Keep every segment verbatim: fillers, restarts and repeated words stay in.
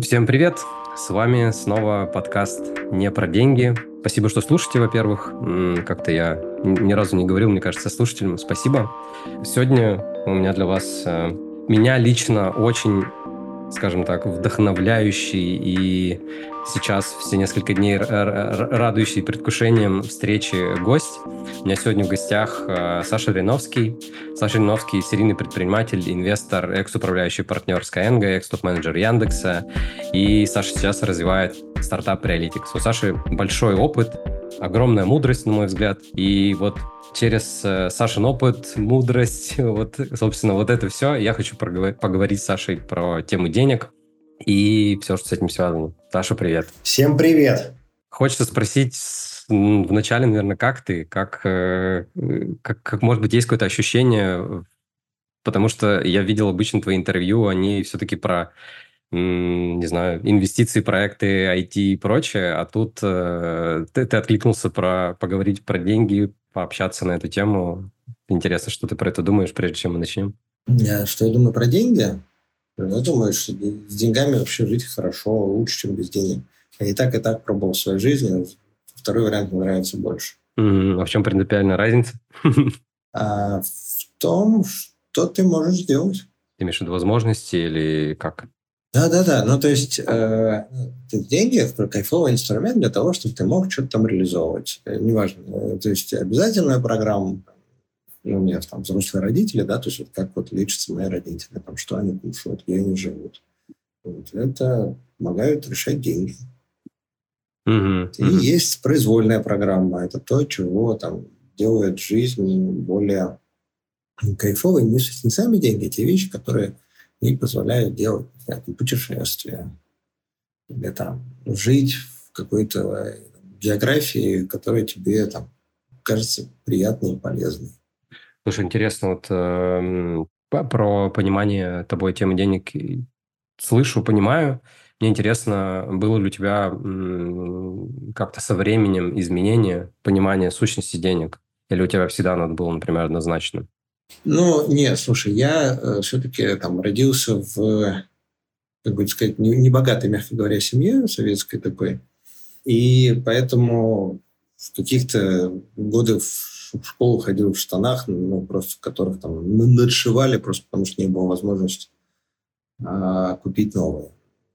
Всем привет! С вами снова подкаст «Не про деньги». Спасибо, что слушаете, во-первых. М, Как-то я н- ни разу не говорил, мне кажется, слушателям спасибо. Сегодня у меня для вас, э, меня лично очень, скажем так, вдохновляющий и сейчас все несколько дней р- р- радующий предвкушением встречи гость. У меня сегодня в гостях э, Саша Риновский. Саша Риновский – серийный предприниматель, инвестор, экс-управляющий партнер Skyeng, экс-топ-менеджер Яндекса. И Саша сейчас развивает стартап Realytics. У Саши большой опыт, огромная мудрость, на мой взгляд. И вот через э, Сашин опыт, мудрость, вот, собственно, вот это все, я хочу проговор- поговорить с Сашей про тему денег и все, что с этим связано. Саша, привет. Всем привет! Хочется спросить с- м, вначале, наверное, как ты, как, э, как, как, может быть, есть какое-то ощущение, потому что я видел обычно твои интервью, они все-таки про, м, не знаю, инвестиции, проекты, ай ти и прочее, а тут э, ты, ты откликнулся про поговорить про деньги, пообщаться на эту тему. Интересно, что ты про это думаешь, прежде чем мы начнем? Я, что я думаю про деньги? Я думаю, что с деньгами вообще жить хорошо, лучше, чем без денег. Я и так, и так пробовал в своей жизни. Второй вариант мне нравится больше. М, А в чем принципиальная разница? А в том, что ты можешь сделать. Ты имеешь в виду возможности или как? Да-да-да. Ну, то есть, э, деньги– это кайфовый инструмент для того, чтобы ты мог что-то там реализовывать. Э, Неважно. Э, То есть, обязательная программа. Ну, у меня там взрослые родители, да, то есть, вот как вот лечатся мои родители, там, что они кушают, где они живут. Вот. Это помогает решать деньги. Мгм, И мгм. есть произвольная программа. Это то, чего там делает жизнь более кайфовой. Не, с- не сами деньги, а те вещи, которые ей позволяют делать, не знаю, там, путешествия или там жить в какой-то э, географии, которая тебе там кажется приятной и полезной. Слушай, интересно, вот эм, по- про понимание тобой темы денег и слышу, понимаю. Мне интересно, было ли у тебя м, как-то со временем изменение понимания сущности денег? Или у тебя всегда оно было, например, однозначно? Ну, нет, слушай, я э, все-таки там родился в, как бы сказать, не- небогатой, мягко говоря, семье советской такой. И поэтому в каких-то годы в школу ходил в штанах, ну, просто в которых там н- надшивали, просто потому что не было возможности а, купить новые.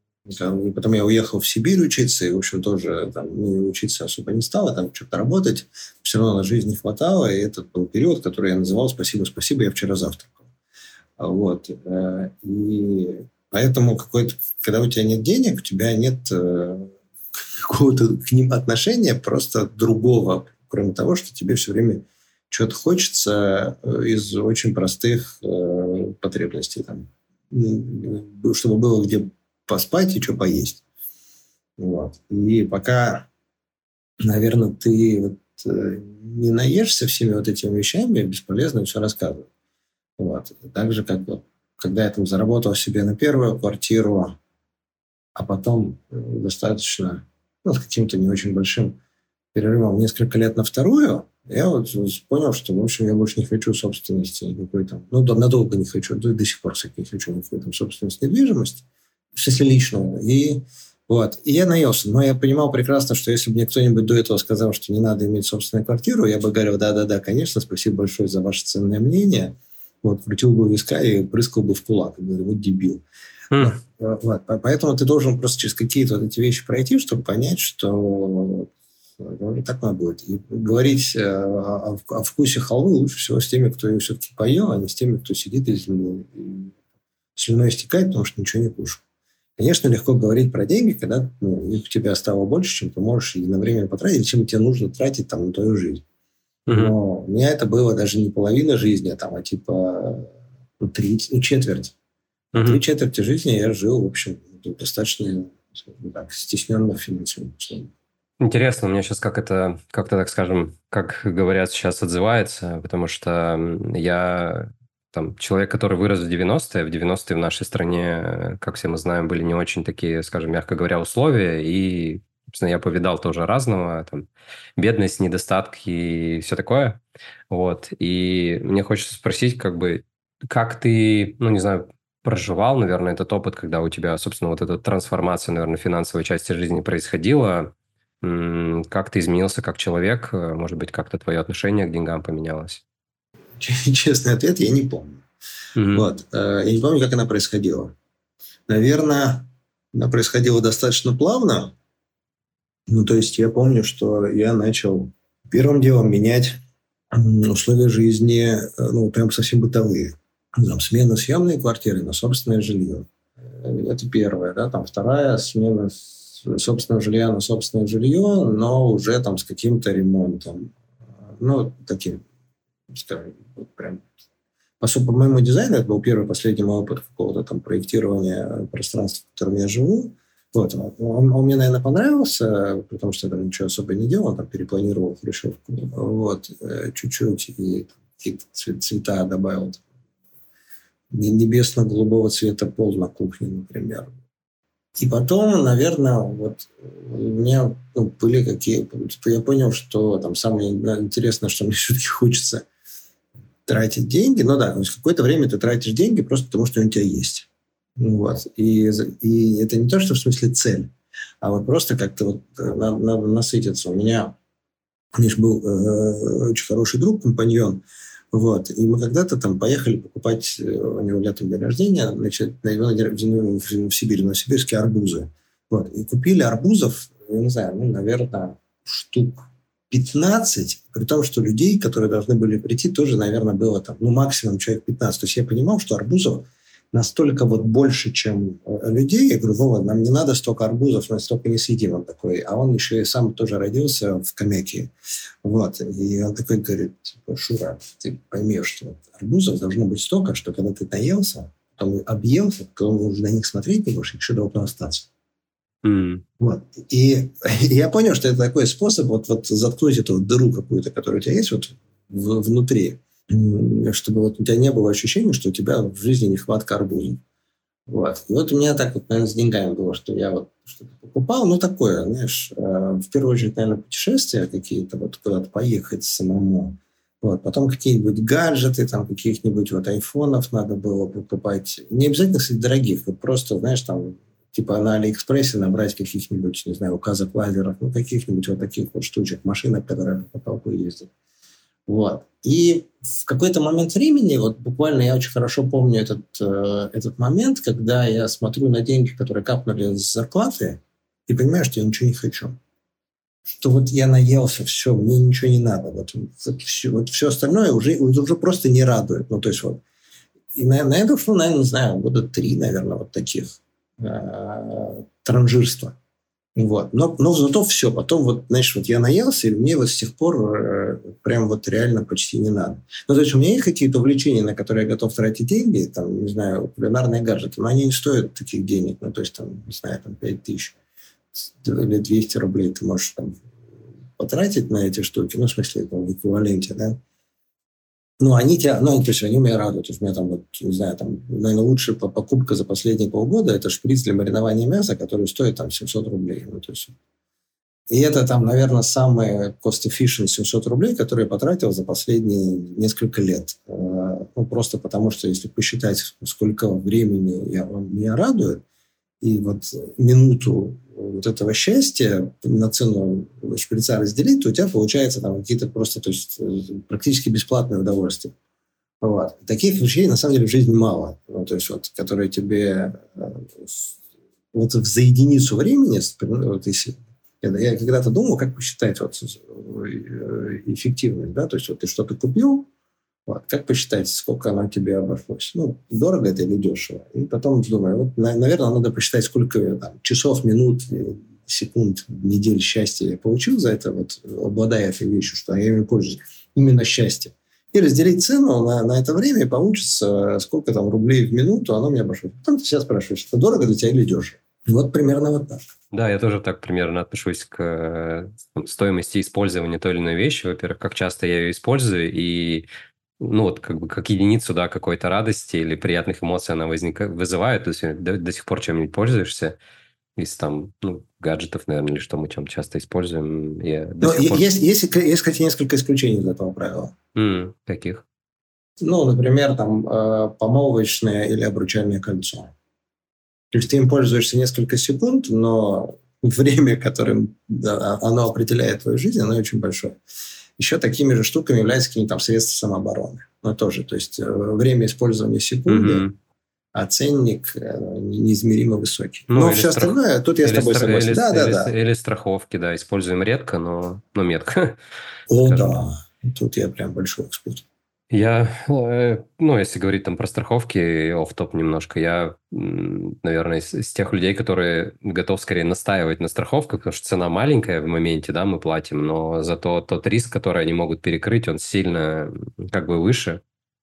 И потом я уехал в Сибирь учиться, и, в общем, тоже там, ну, учиться особо не стал, а там что-то работать. Все равно на жизнь не хватало, и этот был период, который я называл «Спасибо, спасибо, я вчера завтракал». А Вот. э, И поэтому какой-то, когда у тебя нет денег, у тебя нет э, какого-то к ним отношения, просто другого, кроме того, что тебе все время что-то хочется э, из очень простых э, потребностей. Там, м, чтобы было где поспать и что поесть. Вот. И пока, наверное, ты вот, э, не наешься всеми вот этими вещами, бесполезно все рассказывать. Вот. Так же, как вот, когда я там заработал себе на первую квартиру, а потом э, достаточно, ну, с каким-то не очень большим перерывом несколько лет на вторую, я вот понял, что, в общем, я больше не хочу собственности никакой там, ну, да, надолго не хочу, да, и до сих пор, кстати, не хочу никакой там собственности недвижимости, в смысле личного. И вот. И я наелся. Но я понимал прекрасно, что если бы мне кто-нибудь до этого сказал, что не надо иметь собственную квартиру, я бы говорил, да-да-да, конечно, спасибо большое за ваше ценное мнение. Вот, крутил бы виска и прыскал бы в кулак. И говорил, вот дебил. М, Вот. Вот. Поэтому ты должен просто через какие-то вот эти вещи пройти, чтобы понять, что ну, не так надо будет. И говорить э, о, о вкусе халвы лучше всего с теми, кто ее все-таки поел, а не с теми, кто сидит и слюной, и слюной истекает, потому что ничего не кушал. Конечно, легко говорить про деньги, когда ну, их у тебя стало больше, чем ты можешь единовременно потратить, чем тебе нужно тратить там, на твою жизнь. мгм. Но у меня это было даже не половина жизни, а, там, а типа ну, треть, ну, четверть. А три Мгм. четверти жизни я жил, в общем, достаточно так, стесненно финансово. Интересно, у меня сейчас как это, как-то так скажем, как говорят сейчас, отзывается, потому что м, я там человек, который вырос в девяностые, в девяностые в нашей стране, э, как все мы знаем, были не очень такие, скажем, мягко говоря, условия, и, собственно, я повидал тоже разного, там, бедность, недостатки и все такое, вот, и мне хочется спросить, как бы, как ты, ну, не знаю, проживал, наверное, этот опыт, когда у тебя, собственно, вот эта трансформация, наверное, финансовой части жизни происходила. Как ты изменился как человек? Может быть, как-то твое отношение к деньгам поменялось? Честный ответ, я не помню. Mm-hmm. Вот. Я не помню, как она происходила. Наверное, она происходила достаточно плавно. Ну, то есть я помню, что я начал первым делом менять условия жизни, ну, прям совсем бытовые. Там, смена съемной квартиры на собственное жилье. Это первое, да. Там вторая смена собственного жилья на собственное жилье, но уже там с каким-то ремонтом. Ну, таким, скажем, прям... По, по моему дизайну, это был первый, последний мой опыт какого-то там проектирования пространства, в котором я живу. Вот. Он, он мне, наверное, понравился, потому что я там ничего особо не делал, там перепланировал хрущевку. Вот. Чуть-чуть. И какие-то цвета добавил. Небесно-голубого цвета пол на кухне, например. И потом, наверное, вот у меня ну, были какие... Я понял, что там самое интересное, что мне все-таки хочется тратить деньги. Ну да, то есть какое-то время ты тратишь деньги просто потому, что они у тебя есть. Вот. И, и это не то, что в смысле цель, а вот просто как-то вот надо, надо насытиться. У меня, конечно, был э, очень хороший друг, компаньон. Вот. И мы когда-то там поехали покупать, у него летом день рождения, значит, на его в Сибирь, в Новосибирске арбузы. Вот. И купили арбузов, я не знаю, ну, наверное, штук пятнадцать, при том, что людей, которые должны были прийти, тоже, наверное, было там, ну, максимум человек пятнадцать. То есть я понимал, что арбузов настолько вот больше, чем людей. Я говорю, Вова, нам не надо столько арбузов, мы столько не съедим. Он такой, а он еще и сам тоже родился в Камяке. Вот. И он такой говорит, типа, Шура, ты поймешь, что вот арбузов должно быть столько, что когда ты наелся, потом объелся, то уже на них смотреть не будешь, еще должно остаться. Mm. Вот. И я понял, что это такой способ вот, вот заткнуть эту дыру какую-то, которая у тебя есть вот в, внутри, чтобы вот у тебя не было ощущения, что у тебя в жизни нехватка арбузов. Вот. И вот у меня так вот, наверное, с деньгами было, что я вот что-то покупал, ну, такое, знаешь, в первую очередь, наверное, путешествия какие-то, вот куда-то поехать самому. Вот. Потом какие-нибудь гаджеты, там, каких-нибудь вот айфонов надо было покупать. Не обязательно, кстати, дорогих, вот просто, знаешь, там, типа на Алиэкспрессе набрать каких-нибудь, не знаю, указок лазеров, ну, каких-нибудь вот таких вот штучек, машинок, которые по потолку ездят. Вот. И в какой-то момент времени, вот буквально я очень хорошо помню этот, э, этот момент, когда я смотрю на деньги, которые капнули с зарплаты, и понимаю, что я ничего не хочу. Что вот я наелся, все, мне ничего не надо. Вот, вот, все, вот все остальное уже, уже просто не радует. Ну, то есть вот. И на, на это ушло, наверное, не знаю, года три, наверное, вот таких э, транжирства. Вот. Но, но зато все. Потом, вот, знаешь, вот я наелся, и мне вот с тех пор э, прям вот реально почти не надо. Ну, то есть у меня есть какие-то увлечения, на которые я готов тратить деньги, там, не знаю, кулинарные гаджеты, но они не стоят таких денег. Ну, то есть, там, не знаю, там, пять тысяч или двести рублей ты можешь там потратить на эти штуки, ну, в смысле, там, в эквиваленте, да. Ну, они тебя, ну, то есть они меня радуют. То есть у меня там, вот, не знаю, там, наверное, лучшая покупка за последние полгода – это шприц для маринования мяса, который стоит там семьсот рублей. Ну, то есть, и это там, наверное, самый cost-efficient семьсот рублей, которые я потратил за последние несколько лет. Ну, просто потому что, если посчитать, сколько времени я, он меня радует, и вот минуту вот этого счастья на цену шприца разделить, то у тебя получается там какие-то просто, то есть практически бесплатное удовольствие. Вот. Таких вещей на самом деле в жизни мало. Ну, то есть вот, которые тебе вот за единицу времени, вот если, я когда-то думал, как посчитать вот эффективность, да, то есть вот ты что-то купил, вот, как посчитать, сколько оно тебе обошлось? Ну, дорого это или дешево? И потом думаю, вот, наверное, надо посчитать, сколько там, часов, минут, секунд, недель счастья я получил за это, вот, обладая этой вещью, что я ими пользуюсь. Именно счастье. И разделить цену на, на это время, и получится, сколько там рублей в минуту оно мне обошлось. Потом ты себя спрашиваешь, это дорого для тебя или дешево? Вот примерно вот так. Да, я тоже так примерно отношусь к там, стоимости использования той или иной вещи. Во-первых, как часто я ее использую, и ну, вот как бы как единицу, да, какой-то радости или приятных эмоций она возника... вызывает. То есть до, до сих пор чем-нибудь пользуешься из там, ну, гаджетов, наверное, или что мы чем часто используем. Я до Но сих пор... есть, есть, есть, кстати, несколько исключений из этого правила. Mm, каких? Ну, например, там э, помолвочное или обручальное кольцо. То есть ты им пользуешься несколько секунд, но время, которым да, оно определяет твою жизнь, оно очень большое. Еще такими же штуками являются какие-нибудь там средства самообороны. Но тоже, то есть э, время использования секунды, Мгм. а ценник э, неизмеримо высокий. Ну, Но или все страх... остальное, тут я с Или, тобой стра- или, согласен. Да, да, или, да. или страховки, да, используем редко, но, но метко, О, скажем так. да. Тут я прям большой эксперт. Я, э, ну, если говорить там про страховки, офф-топ немножко, я, м, наверное, из, из тех людей, которые готов скорее настаивать на страховках, потому что цена маленькая в моменте, да, мы платим, но зато тот риск, который они могут перекрыть, он сильно м, как бы выше,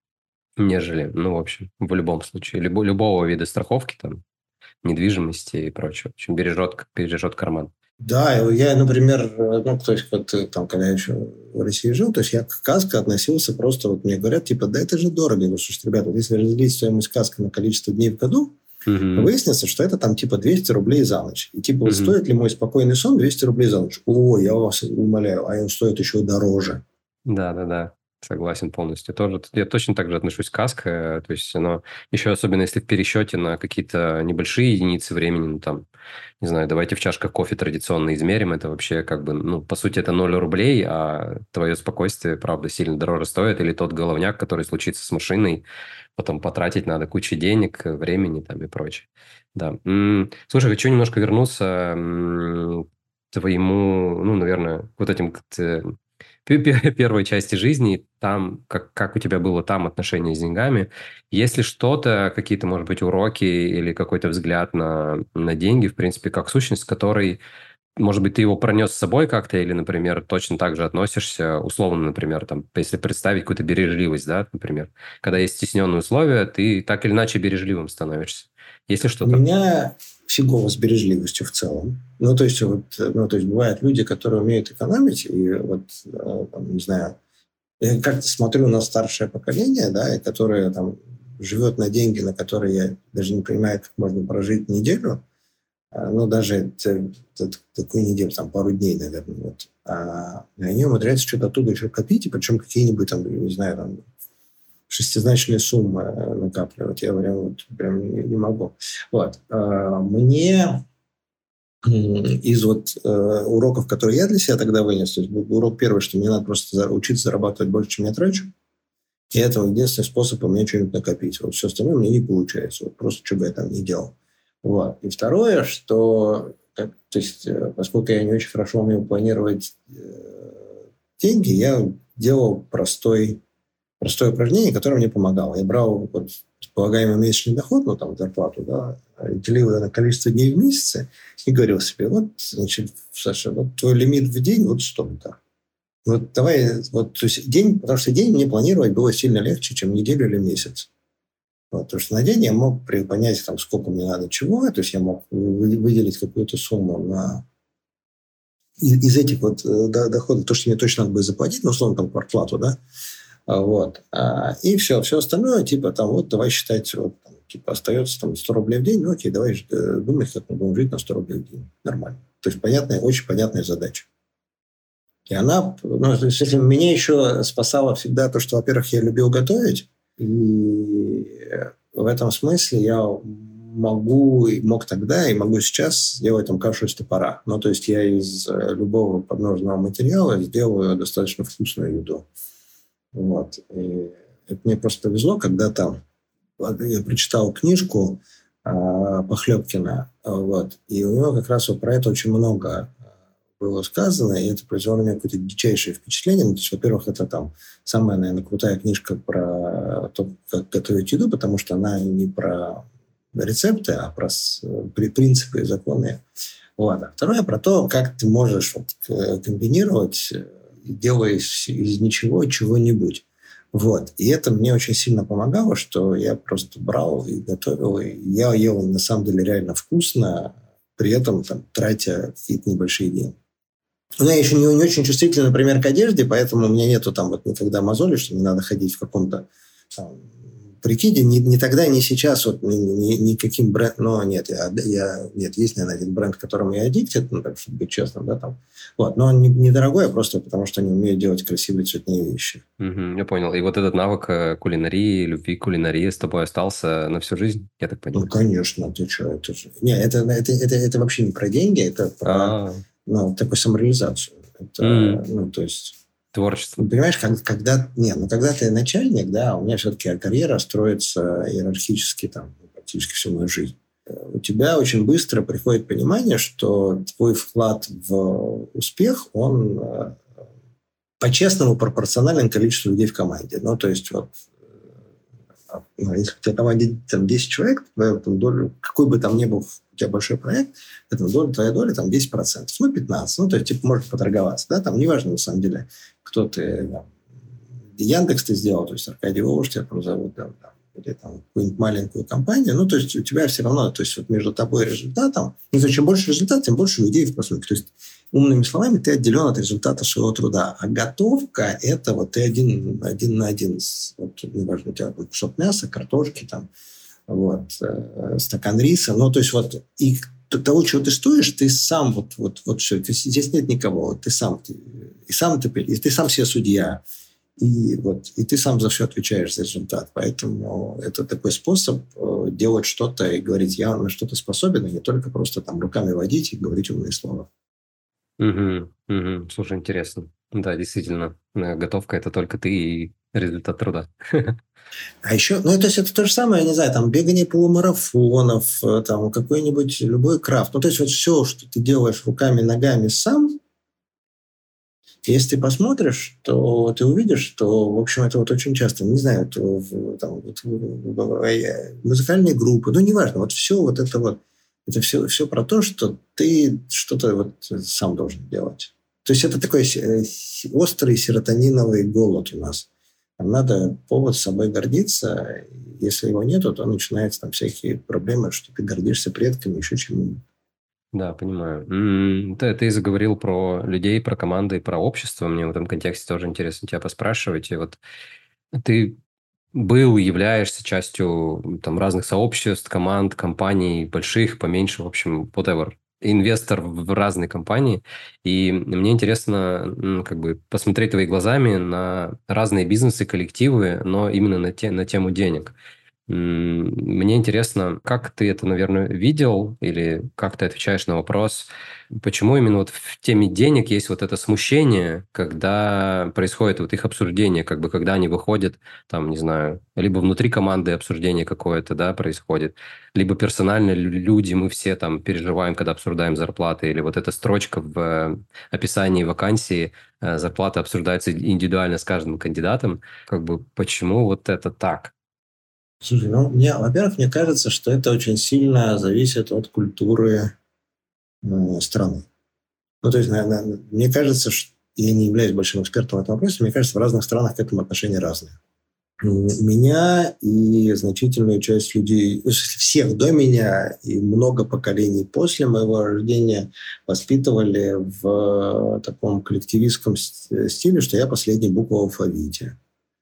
нежели, ну, в общем, в любом случае, любо- любого вида страховки, там, недвижимости и прочего. В общем, бережет, бережет карман. Да, и я, например, э, ну, то есть, вот э, там, когда я еще в России жил, то есть я к каско относился просто, вот мне говорят, типа, да это же дорого. Я говорю, слушайте, ребята, вот если разделить стоимость каска на количество дней в году, Мгм. выяснится, что это там типа двести рублей за ночь. И типа, вот Мгм. стоит ли мой спокойный сон двести рублей за ночь? О, я вас умоляю, а он стоит еще дороже. Да, да, да. Согласен полностью. Тоже, я точно так же отношусь к каско. То есть оно, еще особенно если в пересчете на какие-то небольшие единицы времени, ну, там, не знаю, давайте в чашках кофе традиционно измерим. Это вообще как бы, ну, по сути, это ноль рублей, а твое спокойствие, правда, сильно дороже стоит. Или тот головняк, который случится с машиной, потом потратить надо кучу денег, времени там и прочее. Да. М, Слушай, хочу немножко вернуться м, к твоему, ну, наверное, вот этим к т- пе- пе- первой части жизни, там, как, как у тебя было там отношение с деньгами. Есть ли что-то, какие-то, может быть, уроки или какой-то взгляд на, на деньги, в принципе, как сущность, который, может быть, ты его пронес с собой как-то или, например, точно так же относишься, условно, например, там, если представить какую-то бережливость, да, например, когда есть стесненные условия, ты так или иначе бережливым становишься. Есть ли У что-то? меня фигово с бережливостью в целом. Ну, то есть, вот, ну, то есть, бывают люди, которые умеют экономить, и вот, э, там, не знаю, я как-то смотрю на старшее поколение, да, и которое там живет на деньги, на которые я даже не понимаю, как можно прожить неделю. А, ну, даже т- т- такую неделю, там, пару дней, наверное. Вот. А, и они умудряются что-то оттуда еще копить, и причем какие-нибудь, там, не знаю, там, шестизначные суммы э, накапливать. Я прям, вот, прям не, не могу. Вот. А, мне м, из вот э, уроков, которые я для себя тогда вынес, то есть был урок первый, что мне надо просто за- учиться зарабатывать больше, чем я трачу. И это единственный способ у меня что-нибудь накопить. Вот все остальное у меня не получается. Вот просто что бы я там ни делал. Вот. И второе, что как, то есть, э, поскольку я не очень хорошо умею планировать э, деньги, я делал простой, простое упражнение, которое мне помогало. Я брал вот, предполагаемый месячный доход, ну, там, зарплату, да, делил ее на количество дней в месяце и говорил себе, вот, значит, Саша, вот твой лимит в день вот столько. Вот давай, вот, то есть день, потому что день мне планировать было сильно легче, чем неделю или месяц. Вот, потому что на день я мог при- понять, там, сколько мне надо чего, то есть я мог вы- выделить какую-то сумму на из, из этих вот э, до- доходов, то, что мне точно надо будет заплатить, ну, условно, там, квартплату, да, а, вот, а, и все, все остальное, типа, там, вот, давай считать, вот, там, типа, остается там сто рублей в день, ну, окей, давай э, думать, как мы будем жить на сто рублей в день, нормально. То есть, понятная, очень понятная задача. И она, ну, то есть, если меня еще спасало всегда то, что, во-первых, я любил готовить, и в этом смысле я могу, и мог тогда, и могу сейчас сделать там кашу из топора. Ну, то есть я из э, любого подножного материала сделаю достаточно вкусную еду. Вот. И это мне просто повезло, когда там я прочитал книжку а, Похлебкина, вот, и у него как раз вот про это очень много было сказано, и это произвело на меня какое-то дичайшее впечатление. Ну, то есть, во-первых, это там самая, наверное, крутая книжка про то, как готовить еду, потому что она не про рецепты, а про принципы и законы. Вот. А второе про то, как ты можешь вот, комбинировать, делая из, из ничего чего-нибудь. Вот. И это мне очень сильно помогало, что я просто брал и готовил. И я ел, на самом деле, реально вкусно, при этом там, тратя какие-то небольшие деньги. Но я еще не, не очень чувствительный, например, к одежде, поэтому у меня нету там вот никогда мозолей, что мне надо ходить в каком-то там, прикиньте, не, не тогда, не сейчас, вот ни, ни- никаким брендом, но нет, я, я- нет, есть, наверное, один бренд, которому я аддиктед, ну, так, чтобы быть честным, да, там, вот, но он не- недорогой, а просто потому, что они умеют делать красивые цветные вещи. Мгм, я понял. И вот этот навык э, кулинарии, любви к кулинарии с тобой остался на всю жизнь, я так Ну, понимаю. конечно, ты что, это же... Не, это, это, это, это вообще не про деньги, это про, А, ну, такую самореализацию. Это, м, ну, то есть... творчество. Ну, понимаешь, как- когда, не, ну, когда ты начальник, да, у меня все-таки карьера строится иерархически там практически всю мою жизнь. Э, У тебя очень быстро приходит понимание, что твой вклад в успех, он э, по-честному пропорционален количеству людей в команде. Ну, то есть, вот, э, ну, если у тебя в команде там, десять человек, твоя там долю, какой бы там ни был у тебя большой проект, это доля, твоя доля там десять процентов, ну, пятнадцать. Ну, то есть, типа, можно поторговаться, да, там неважно, на самом деле, кто ты, там, Яндекс ты сделал, то есть Аркадий Волош тебя там зовут, да, там, или там какую-нибудь маленькую компанию, ну, то есть у тебя все равно, то есть вот между тобой и результатом, ну, то есть чем больше результат, тем больше людей в посылке. То есть умными словами ты отделен от результата своего труда. А готовка – это вот ты один, один на один, с, вот, неважно, у тебя кусок мяса, картошки, там, вот, э, стакан риса, ну, то есть вот и того, чего ты стоишь, ты сам вот, вот, вот все, ты, здесь нет никого, вот ты сам, ты, и сам ты, и ты сам себе судья. И, вот, и ты сам за все отвечаешь за результат. Поэтому это такой способ э, делать что-то и говорить, я на что-то способен, а не только просто там руками водить и говорить умные слова. Мгм, мгм. Слушай, интересно. Да, действительно, э, готовка – это только ты и результат труда. А еще, ну, то есть это то же самое, я не знаю, там бегание полумарафонов, э, там какой-нибудь любой крафт. Ну, то есть вот все, что ты делаешь руками, ногами сам, если ты посмотришь, то ты увидишь, что, в общем, это вот очень часто, не знаю, это в, там, вот в- в- в- музыкальные группы, ну, неважно, вот все вот это вот, это все, все про то, что ты что-то вот сам должен делать. То есть это такой э, с- острый серотониновый голод у нас. Нам надо повод с собой гордиться. Если его нету, то начинаются там всякие проблемы, что ты гордишься предками, еще чему-нибудь. Да, понимаю. М, Ты, ты заговорил про людей, про команды, про общество. Мне в этом контексте тоже интересно тебя поспрашивать. И вот ты был, являешься частью м, там разных сообществ, команд, компаний, больших, поменьше, в общем, whatever. Инвестор в в разные компании. И мне интересно м, как бы посмотреть твоими глазами на разные бизнесы, коллективы, но именно на, те, на тему денег. М, Мне интересно, как ты это, наверное, видел, или как ты отвечаешь на вопрос, почему именно вот в теме денег есть вот это смущение, когда происходит вот их обсуждение, как бы когда они выходят, там, не знаю, либо внутри команды обсуждение какое-то, да, происходит, либо персонально лю- люди, мы все там переживаем, когда обсуждаем зарплаты, или вот эта строчка в э, описании вакансии, э, зарплата обсуждается индивидуально с каждым кандидатом, как бы почему вот это так? Слушай, ну, мне, во-первых, мне кажется, что это очень сильно зависит от культуры э, страны. Ну, то есть, наверное, мне кажется, что я не являюсь большим экспертом в этом вопросе, мне кажется, в разных странах к этому отношение разное. М, Меня и значительную часть людей, ну, в смысле, всех до меня и много поколений после моего рождения воспитывали в таком коллективистском с- стиле, что я последняя буква в алфавите.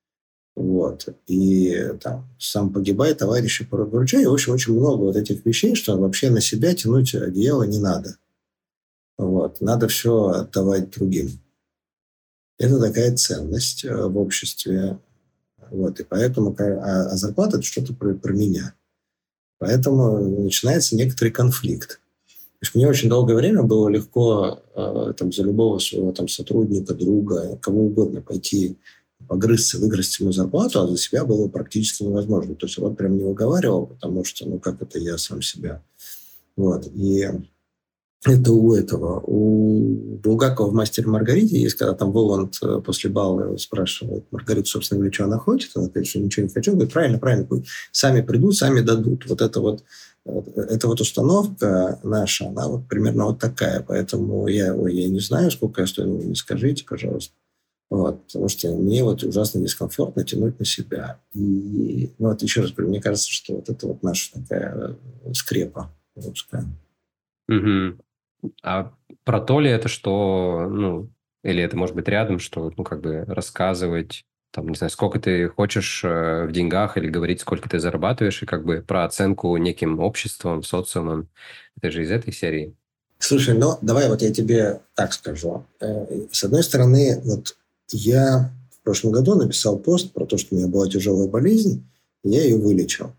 Вот. И там сам погибай, товарищи поручай. В общем, очень много вот этих вещей, что вообще на себя тянуть одеяло не надо. Вот. Надо все отдавать другим. Это такая ценность э, в обществе. Вот. И поэтому а, а зарплата – это что-то про, про меня. Поэтому начинается некоторый конфликт. То есть мне очень долгое время было легко э, там, за любого своего там, сотрудника, друга, кого угодно пойти погрызться, выгрызть ему зарплату, а за себя было практически невозможно. То есть он прям не уговаривал, потому что, ну, как это я сам себя. Вот. И это у этого. У Булгакова в «Мастере и Маргарите» есть, когда там Воланд э, после бала спрашивает Маргариту, собственно говоря, что она хочет. Она говорит, что ничего не хочу. Он говорит, правильно, правильно. Сами придут, сами дадут. Вот это вот, э, эта вот установка наша, она вот примерно вот такая. Поэтому я, ой, я не знаю, сколько я стою, вы мне скажите, пожалуйста. Вот, потому что мне вот ужасно дискомфортно тянуть на себя. И ну, вот еще раз говорю, мне кажется, что вот это вот наша такая э, скрепа русская. Мгм. А про то ли это, что, ну, или это может быть рядом, что, ну, как бы рассказывать там, не знаю, сколько ты хочешь э, в деньгах или говорить, сколько ты зарабатываешь, и как бы про оценку неким обществом, социумом. Это же из этой серии. Слушай, ну давай вот я тебе так скажу. Э, С одной стороны, вот я в прошлом году написал пост про то, что у меня была тяжелая болезнь, и я ее вылечил.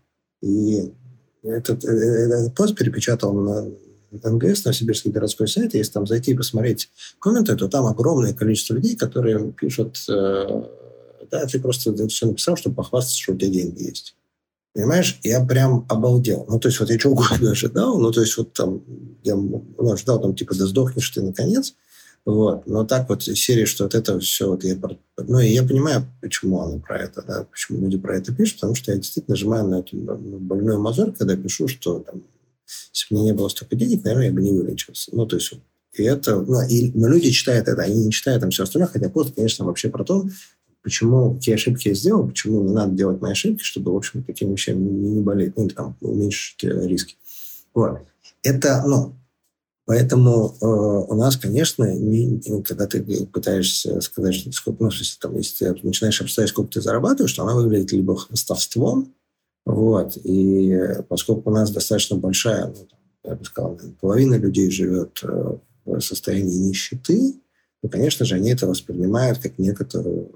И этот, э, этот пост перепечатал на эн гэ эс, на Сибирский городской сайт. Если там зайти и посмотреть комменты, то там огромное количество людей, которые пишут, э, да, ты просто это все написал, чтобы похвастаться, что у тебя деньги есть. Понимаешь, я прям обалдел. Ну, то есть, вот я чего угодно ожидал. Ну, то есть, вот там, я ну, ожидал, там, типа, да сдохнешь ты, наконец. Вот. Но так вот, из серии, что вот это все, вот я... Ну, и я понимаю, почему она про это, да, почему люди про это пишут, потому что я действительно нажимаю на эту больную мозоль, когда пишу, что, там, если бы у меня не было столько денег, наверное, я бы не вылечился. Ну, то есть, и это... Ну, и, но люди читают это, они не читают там все остальное, хотя пост, конечно, вообще про то, почему, какие ошибки я сделал, почему не надо делать мои ошибки, чтобы, в общем, такими вещами не, не болеть, ну, там, уменьшить риски. Вот. Это, ну, поэтому э, у нас, конечно, не, когда ты пытаешься сказать, что сколько, ну, если, там, если ты начинаешь обсуждать, сколько ты зарабатываешь, то она выглядит либо хвастовством, вот, и поскольку у нас достаточно большая, ну, там, я бы сказал, половина людей живет э, в состоянии нищеты, то, конечно же, они это воспринимают как некоторую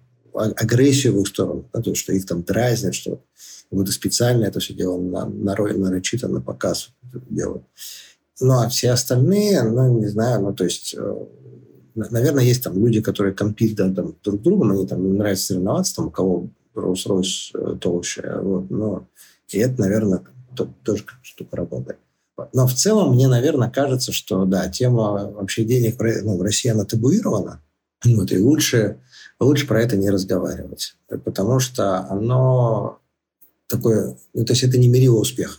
агрессию в их сторону, да, то есть, что их там дразнят, что будто специально это все дело на, на, нарочито, на показ делают. Ну, а все остальные, ну, не знаю, ну, то есть, э, наверное, есть там люди, которые компит, да, там, друг с другом, они там, им нравится соревноваться, там, у кого Rolls-Royce толще, вот, но и это, наверное, то, тоже как штука работает. Но в целом мне, наверное, кажется, что, да, тема вообще денег ну, в России, она табуирована, вот, и лучше... Лучше про это не разговаривать, потому что оно такое... Ну, то есть это не мерило успеха.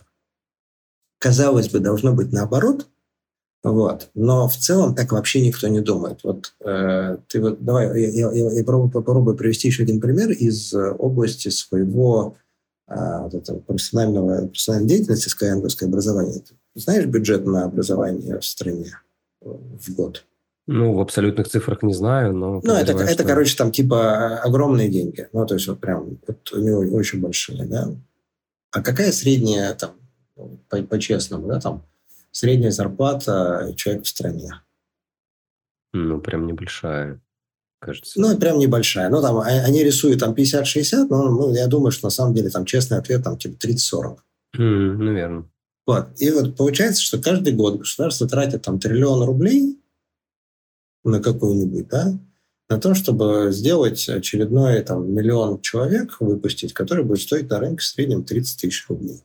Казалось бы, должно быть наоборот, вот, но в целом так вообще никто не думает. Вот э, ты вот... Давай, я, я, я попробую, попробую привести еще один пример из области своего э, вот этого профессионального, профессиональной деятельности, скайангское образование. Ты знаешь бюджет на образование в стране в год? Ну, в абсолютных цифрах не знаю, но... Ну, это, это что... короче, там типа огромные деньги. Ну, то есть, вот прям вот у него очень большие, да. А какая средняя, там, по- по-честному, да, там, средняя зарплата человека в стране? Ну, прям небольшая, кажется. Ну, прям небольшая. Ну, там, они рисуют там пятьдесят-шестьдесят, но ну, я думаю, что на самом деле там честный ответ там типа тридцать-сорок. Mm, наверное. Вот. И вот получается, что каждый год государство тратит там триллион рублей на какую-нибудь, да, на то, чтобы сделать очередной там, миллион человек, выпустить, который будет стоить на рынке в среднем тридцать тысяч рублей.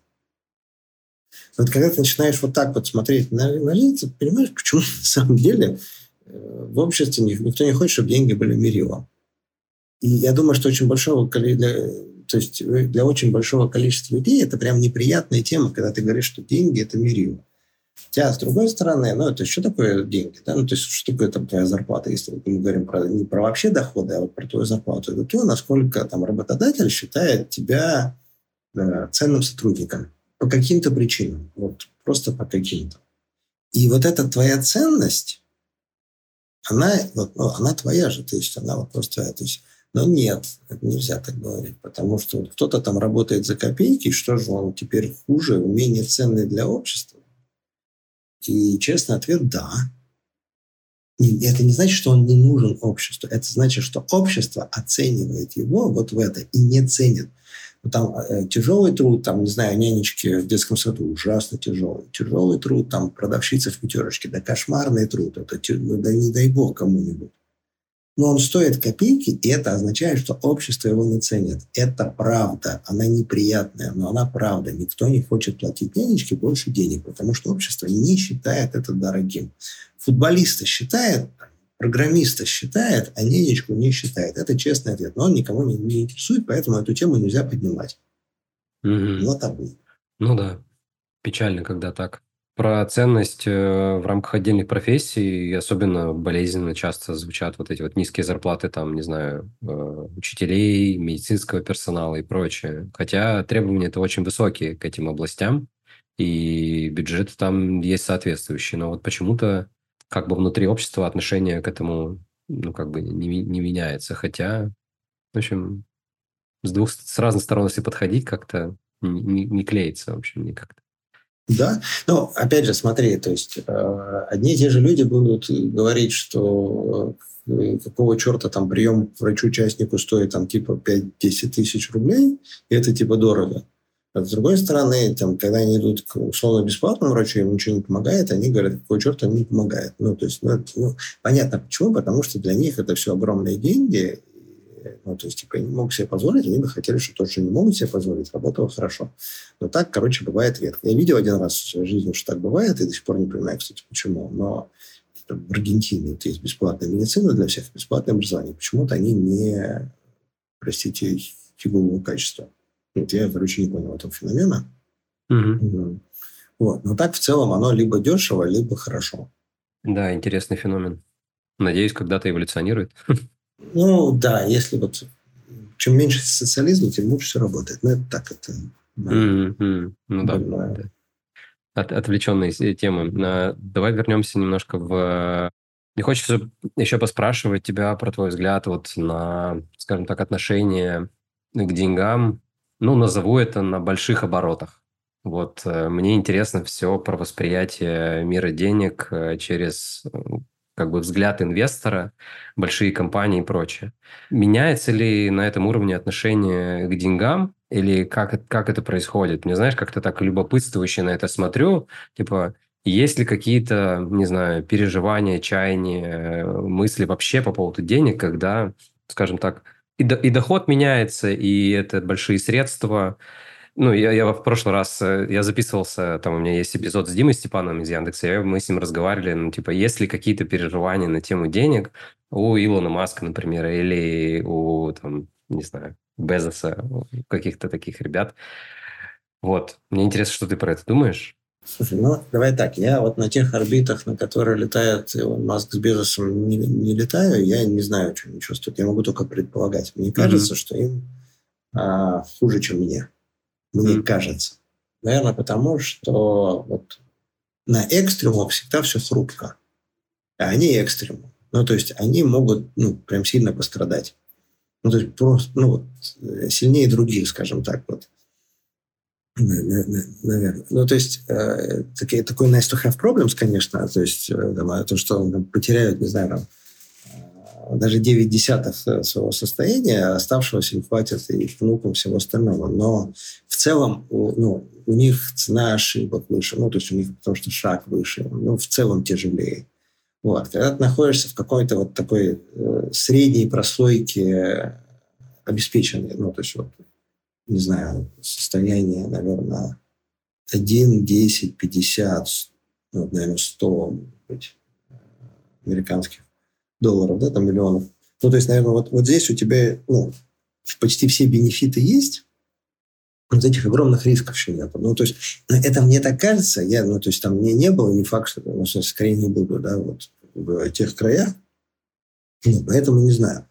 Вот когда ты начинаешь вот так вот смотреть на, на жизнь, ты понимаешь, почему на самом деле э, в обществе никто не хочет, чтобы деньги были мерилом. И я думаю, что очень большого количества, то есть для очень большого количества людей это прям неприятная тема, когда ты говоришь, что деньги – это мерило. Хотя, с другой стороны, ну, это что такое деньги? Да? Ну, то есть, что такое там твоя зарплата, если мы говорим про, не про вообще доходы, а вот про твою зарплату. Это то, насколько там работодатель считает тебя э, ценным сотрудником. По каким-то причинам. Вот просто по каким-то. И вот эта твоя ценность, она, вот, ну, она твоя же, то есть она вот просто твоя. То есть, но нет, это нельзя так говорить, потому что вот кто-то там работает за копейки, что же он теперь хуже, менее ценный для общества? И честный ответ – да. И это не значит, что он не нужен обществу. Это значит, что общество оценивает его вот в это и не ценит. Там э, тяжелый труд, там, не знаю, нянечки в детском саду ужасно тяжелый. Тяжелый труд, там, продавщица в пятерочке, да кошмарный труд. Это, да не дай бог кому-нибудь. Но он стоит копейки, и это означает, что общество его не ценит. Это правда. Она неприятная, но она правда. Никто не хочет платить нянечке больше денег, потому что общество не считает это дорогим. Футболиста считает, программиста считает, а нянечку не считает. Это честный ответ. Но он никому не, не интересует, поэтому эту тему нельзя поднимать. Mm-hmm. Но табу. Ну да. Печально, когда так. Про ценность э, в рамках отдельных профессий особенно болезненно часто звучат вот эти вот низкие зарплаты, там, не знаю, э, учителей, медицинского персонала и прочее. Хотя требования-то очень высокие к этим областям, и бюджеты там есть соответствующие. Но вот почему-то как бы внутри общества отношение к этому, ну, как бы не, не меняется. Хотя В общем, с двух, с разных сторон, если подходить, как-то не, не, не клеится, в общем, никак. Да, но опять же, смотри, то есть э, одни и те же люди будут говорить, что э, какого черта там прием к врачу-частнику стоит там типа пять-десять тысяч рублей, и это типа дорого. А с другой стороны, там, когда они идут к условно-бесплатному врачу, им ничего не помогает, они говорят, какого черта не помогает. Ну, то есть, ну, это, ну, понятно почему, потому что для них это все огромные деньги. Ну, то есть, типа, они не могут себе позволить, они бы хотели, что то, что не могут себе позволить, работало хорошо. Но так, короче, бывает редко. Я видел один раз в своей жизни, что так бывает, и до сих пор не понимаю, кстати, почему. Но в Аргентине вот есть бесплатная медицина для всех, бесплатное образование. Почему-то они не, простите, фигового качества. Вот я, короче, не понял этого феномена. Угу. Вот. Но так, в целом, оно либо дешево, либо хорошо. Да, интересный феномен. Надеюсь, когда-то эволюционирует. Ну, да, если вот чем меньше социализма, тем лучше все работает. Ну, это так, это... Mm-hmm. Ну да, да. От, отвлеченные темы. Давай вернемся немножко в... Мне хочется еще поспрашивать тебя про твой взгляд вот на, скажем так, отношение к деньгам. Ну, назову это на больших оборотах. Вот мне интересно все про восприятие мира денег через... как бы взгляд инвестора, большие компании и прочее. Меняется ли на этом уровне отношение к деньгам или как, как это происходит? Мне, знаешь, как-то так любопытствующе на это смотрю, типа, есть ли какие-то, не знаю, переживания, чаяния, мысли вообще по поводу денег, когда, скажем так, и, до, и доход меняется, и это большие средства. Ну, я, я в прошлый раз, я записывался, там у меня есть эпизод с Димой Степановым из Яндекса, и мы с ним разговаривали, ну, типа, есть ли какие-то переживания на тему денег у Илона Маска, например, или у, там, не знаю, Безоса, у каких-то таких ребят. Вот. Мне интересно, что ты про это думаешь? Слушай, ну, давай так. Я вот на тех орбитах, на которые летает Илон Маск с Безосом, не, не летаю. Я не знаю, что они чувствуют. Я могу только предполагать. Мне кажется, mm-hmm. что им а, хуже, чем мне. Мне mm-hmm. кажется. Наверное, потому что вот на экстремумах всегда все хрупко. А они экстремум. Ну, то есть, они могут, ну, прям сильно пострадать. Ну, то есть, просто, ну, вот, сильнее других, скажем так, вот. Наверное. Ну, то есть, э, такой, такой nice to have problems, конечно. То есть, э, там, то, что там, потеряют, не знаю, там, э, даже девять десятых своего состояния, оставшегося им хватит и внукам всего остального. Но в целом, у, ну, у них цена ошибок выше. Ну, то есть, у них потому что шаг выше. Ну, в целом тяжелее. Вот. Когда ты находишься в какой-то вот такой э, средней прослойке обеспеченной, ну, то есть, вот, не знаю, состояние, наверное, один, десять, пятьдесят, ну, наверное, сто, может быть, американских долларов, да, там миллионов. Ну, то есть, наверное, вот, вот здесь у тебя, ну, почти все бенефиты есть, вот этих огромных рисков еще нет. Ну, то есть, это мне так кажется, я, ну, то есть, там мне не было, не факт, что, ну, скорее не буду, да, вот, в тех краях, ну, поэтому не знаю,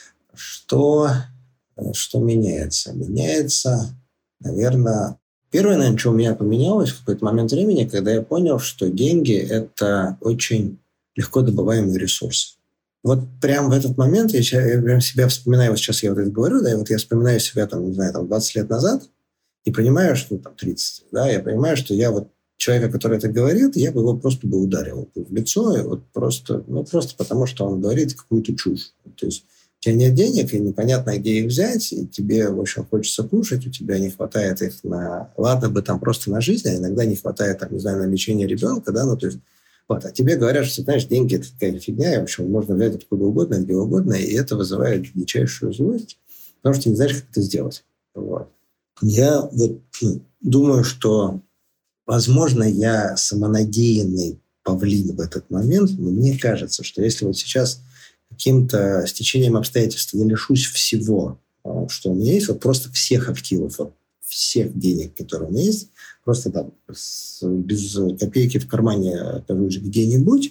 что... Что меняется? Меняется, наверное... Первое, наверное, что у меня поменялось в какой-то момент времени, когда я понял, что деньги – это очень легко добываемый ресурс. Вот прям в этот момент я, я прям себя вспоминаю, вот сейчас я вот это говорю, да, и вот я вспоминаю себя, там, не знаю, там, двадцать лет назад и понимаю, что там тридцать, да, я понимаю, что я вот человека, который это говорит, я бы его просто бы ударил в лицо, и вот просто, ну, просто потому, что он говорит какую-то чушь. То есть у тебя нет денег, и непонятно, где их взять, и тебе, в общем, хочется кушать, у тебя не хватает их на... Ладно бы там просто на жизнь, а иногда не хватает, там, не знаю, на лечение ребенка, да, ну, то есть, вот, а тебе говорят, что, знаешь, деньги – это такая фигня, и, в общем, можно взять откуда угодно, где угодно, и это вызывает дичайшую злость, потому что ты не знаешь, как это сделать. Вот. Я вот, ну, думаю, что, возможно, я самонадеянный павлин в этот момент, но мне кажется, что если вот сейчас... каким-то стечением обстоятельств я лишусь всего, что у меня есть, вот просто всех активов, вот всех денег, которые у меня есть, просто там с, без копейки в кармане окажусь где-нибудь,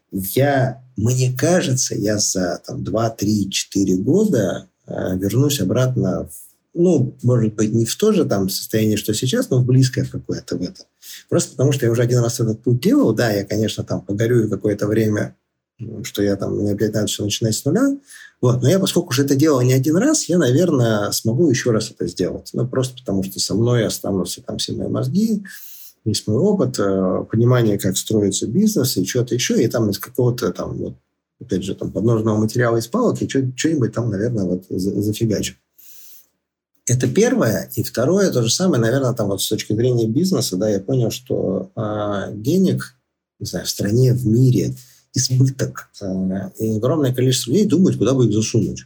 я, мне кажется, я за там, два, три, четыре года э, вернусь обратно, в, ну, может быть, не в то же там состояние, что сейчас, но в близкое какое-то в это. Просто потому, что я уже один раз этот путь делал, да, я, конечно, там погорю какое-то время что я там, мне опять надо все начинать с нуля. Вот. Но я, поскольку уже это делал не один раз, я, наверное, смогу еще раз это сделать. Ну, просто потому что со мной останутся там все мои мозги, весь мой опыт, понимание, как строится бизнес и что-то еще. И там из какого-то там, вот, опять же, там подножного материала из палок, и что-нибудь там, наверное, вот зафигачу. Это первое. И второе, то же самое, наверное, там вот с точки зрения бизнеса, да, я понял, что а, денег, не знаю, в стране, в мире избыток. А, и огромное количество людей думают, куда бы их засунуть.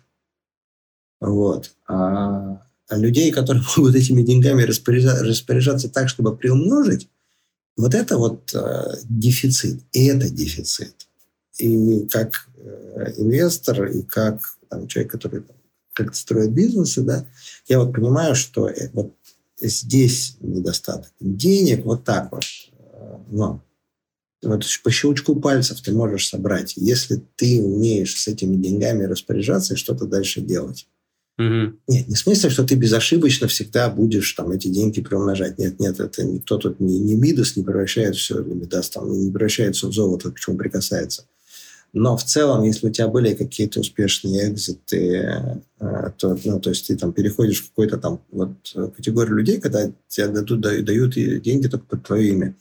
Вот. А, а людей, которые могут этими деньгами распоряжаться, распоряжаться так, чтобы приумножить, вот это вот а, дефицит. И это дефицит. И как э, инвестор, и как там, человек, который как-то строит бизнесы, да, я вот понимаю, что вот здесь недостаток денег, вот так вот. Но вот по щелчку пальцев ты можешь собрать, если ты умеешь с этими деньгами распоряжаться и что-то дальше делать. Mm-hmm. Нет, не в смысле, что ты безошибочно всегда будешь там эти деньги приумножать. Нет, нет, это никто тут не, не Мидас не превращает все, Мидас там не превращается в золото, к чему прикасается. Но в целом, если у тебя были какие-то успешные экзиты, то, ну, то есть ты там переходишь в какую-то там вот категорию людей, когда тебе дадут, дают деньги только под твое имя.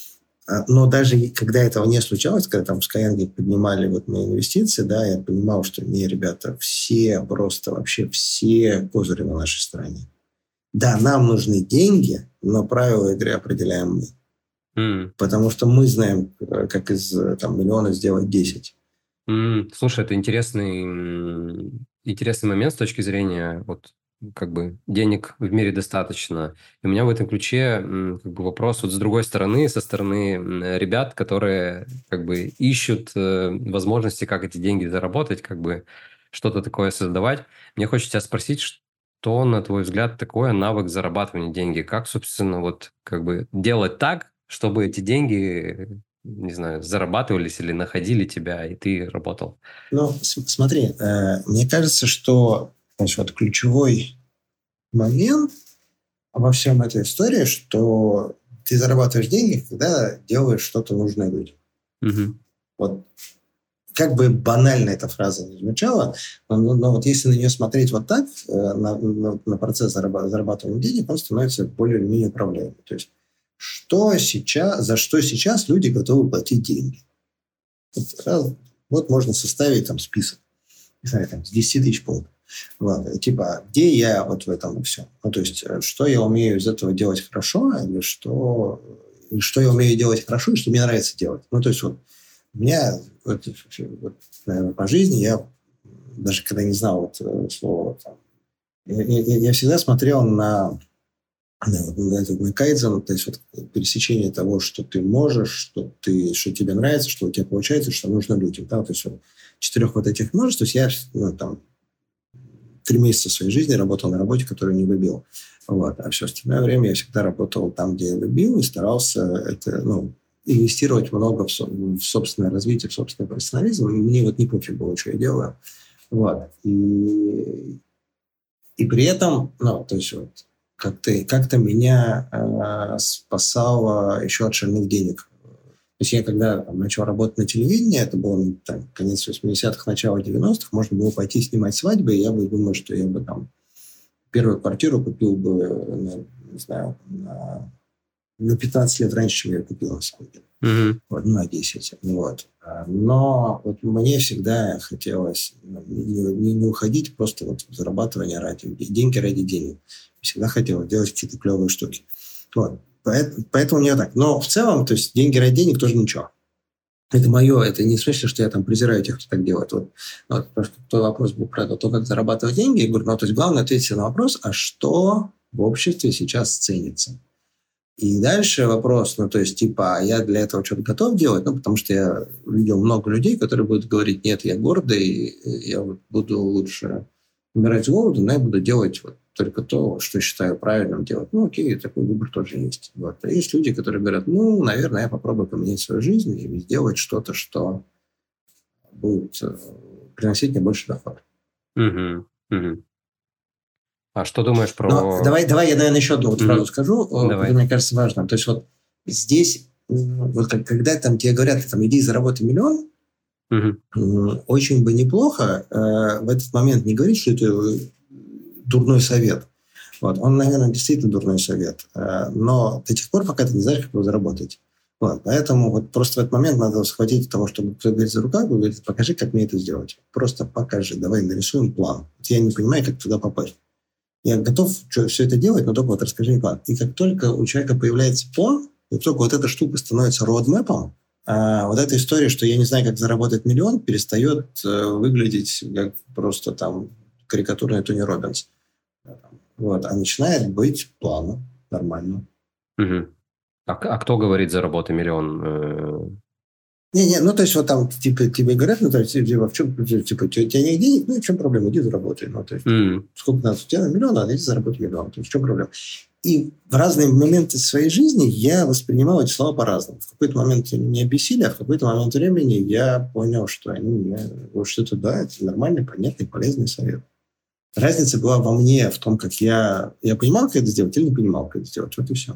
Но даже когда этого не случалось, когда там Skyeng поднимали вот мои инвестиции, да, я понимал, что не, ребята, все просто вообще все козыри на нашей стороне. Да, нам нужны деньги, но правила игры определяем мы. Mm. Потому что мы знаем, как из там, миллиона сделать десять. Mm. Слушай, это интересный, интересный момент с точки зрения вот, как бы денег в мире достаточно. И у меня в этом ключе как бы вопрос вот с другой стороны, со стороны ребят, которые как бы ищут возможности, как эти деньги заработать, как бы что-то такое создавать. Мне хочется тебя спросить, что, на твой взгляд, такое навык зарабатывания денег? Как, собственно, вот как бы делать так, чтобы эти деньги, не знаю, зарабатывались или находили тебя, и ты работал? Ну, смотри, э, мне кажется, что значит, вот ключевой момент во всем этой истории, что ты зарабатываешь деньги, когда делаешь что-то нужное людям. Угу. Вот как бы банально эта фраза не звучала, но, но, но вот если на нее смотреть вот так, э, на, на, на процесс зарабатывания денег, он становится более или менее управляемым. То есть что сейчас, за что сейчас люди готовы платить деньги? Вот, вот можно составить там список, не знаю, там, с десяти тысяч пунктов. Вот, типа, где я вот в этом и все. Ну, то есть, что я умею из этого делать хорошо, или что, или что я умею делать хорошо, и что мне нравится делать. Ну, то есть, вот, у меня, вот, вот, наверное, по жизни, я даже когда не знал вот, слова, там, я, я, я всегда смотрел на, на, на, на кайдзен, то есть, вот, пересечение того, что ты можешь, что, ты, что тебе нравится, что у тебя получается, что нужно людям. Да? То есть, вот, четырех вот этих множеств, то есть, я, ну, там, три месяца своей жизни работал на работе, которую не любил. Вот. А все остальное время я всегда работал там, где я любил, и старался это, ну, инвестировать много в, со- в собственное развитие, в собственный профессионализм. И мне вот не пофиг было, что я делаю. Вот. И, и при этом, ну, то есть вот, как-то, как-то меня э, спасало еще от шальных денег. То есть я когда там, начал работать на телевидении, это было там, конец восьмидесятых, начало девяностых, можно было пойти снимать свадьбы, и я бы думаю, что я бы там первую квартиру купил бы, на, не знаю, на, на пятнадцать лет раньше, чем я купил, на самом деле. Mm-hmm. Вот, на десять. Вот. Но вот мне всегда хотелось не, не, не уходить просто вот в зарабатывание ради деньги ради денег. Всегда хотелось делать какие-то клевые штуки. Вот. Поэтому, поэтому мне так. Но в целом, то есть деньги ради денег тоже ничего. Это мое, это не в смысле, что я там презираю тех, кто так делает. Вот, вот тот вопрос был про то, как зарабатывать деньги. Я говорю, ну, то есть главное ответить на вопрос, а что в обществе сейчас ценится? И дальше вопрос, ну, то есть, типа, а я для этого что-то готов делать? Ну, потому что я видел много людей, которые будут говорить, нет, я гордый, я вот буду лучше умирать с голоду, но я буду делать вот только то, что считаю правильным делать. Ну, окей, такой выбор тоже есть. Вот. А есть люди, которые говорят, ну, наверное, я попробую поменять свою жизнь и сделать что-то, что будет приносить мне больше дохода. Угу. Угу. А что думаешь про... Но давай, давай я, наверное, еще одну вот фразу mm-hmm. скажу, давай. которая, мне кажется, важна. То есть вот здесь, вот когда там тебе говорят, там, иди заработай миллион, Угу. Очень бы неплохо э, в этот момент не говорить, что это дурной совет. Вот. Он, наверное, действительно дурной совет. Э, но до тех пор, пока ты не знаешь, как его заработать. Вот. Поэтому вот просто в этот момент надо схватить того, чтобы кто-то говорит за рукав, и говорит, покажи, как мне это сделать. Просто покажи, давай нарисуем план. Вот я не понимаю, как туда попасть. Я готов все это делать, но только вот расскажи мне план. И как только у человека появляется план, как только вот эта штука становится роудмэпом, а вот эта история, что я не знаю, как заработать миллион, перестает э, выглядеть как просто там карикатурный Тони Роббинс. Вот. А начинает быть планом нормально. Угу. А, а кто говорит заработай миллион? Не-не, ну, то есть, вот там, типа, тебе говорят, ну, то есть, типа, в чем, типа, у тебя нет денег, ну, в чем проблема, иди заработай. Ну, то есть, mm. сколько надо, у тебя миллион, надо, иди заработай миллион. То есть, в чем проблема? И в разные моменты своей жизни я воспринимал эти слова по-разному. В какой-то момент они меня бесили, а в какой-то момент времени я понял, что они мне, вот что-то, да, это нормальный, понятный, полезный совет. Разница была во мне, в том, как я, я понимал, как это сделать, или не понимал, как это сделать. Вот и все.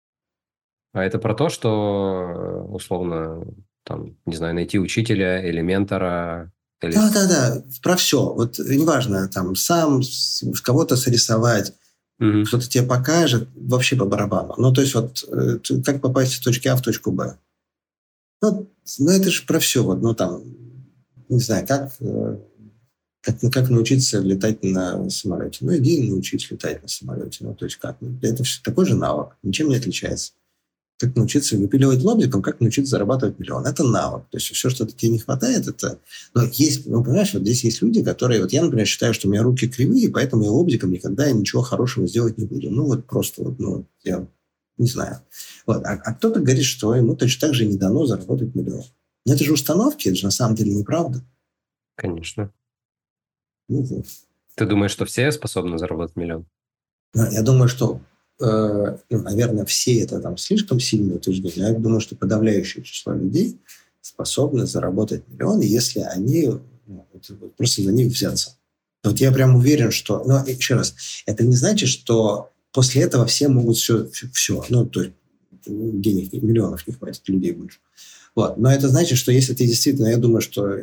А это про то, что, условно, там, не знаю, найти учителя или ментора? Или... Да, да, да, про все. Вот неважно, там, сам кого-то срисовать, mm-hmm. кто-то тебе покажет, вообще по барабану. Ну, то есть, вот, как попасть из точки А в точку Б. Ну, ну это же про все. Вот, ну, там, не знаю, как, как, как научиться летать на самолете. Ну, иди научись летать на самолете. Ну, то есть, как? Это все такой же навык, ничем не отличается. Как научиться выпиливать лобзиком, как научиться зарабатывать миллион. Это навык. То есть все, что тебе не хватает, это... Но есть, ну, понимаешь, вот здесь есть люди, которые... Вот я, например, считаю, что у меня руки кривые, поэтому я лобзиком никогда ничего хорошего сделать не буду. Ну, вот просто вот, ну, я не знаю. Вот. А, а кто-то говорит, что ему точно так же не дано заработать миллион. Но это же установки, это же на самом деле неправда. Конечно. Ну, вот. Ты думаешь, что все способны заработать миллион? Я думаю, что ну, наверное, все это там слишком сильное утверждение. Я думаю, что подавляющее число людей способны заработать миллион, если они ну, просто за них взяться. Вот я прям уверен, что... Но еще раз, это не значит, что после этого все могут все... все ну, то есть денег, миллионов не хватит, людей больше. Вот. Но это значит, что если ты действительно... Я думаю, что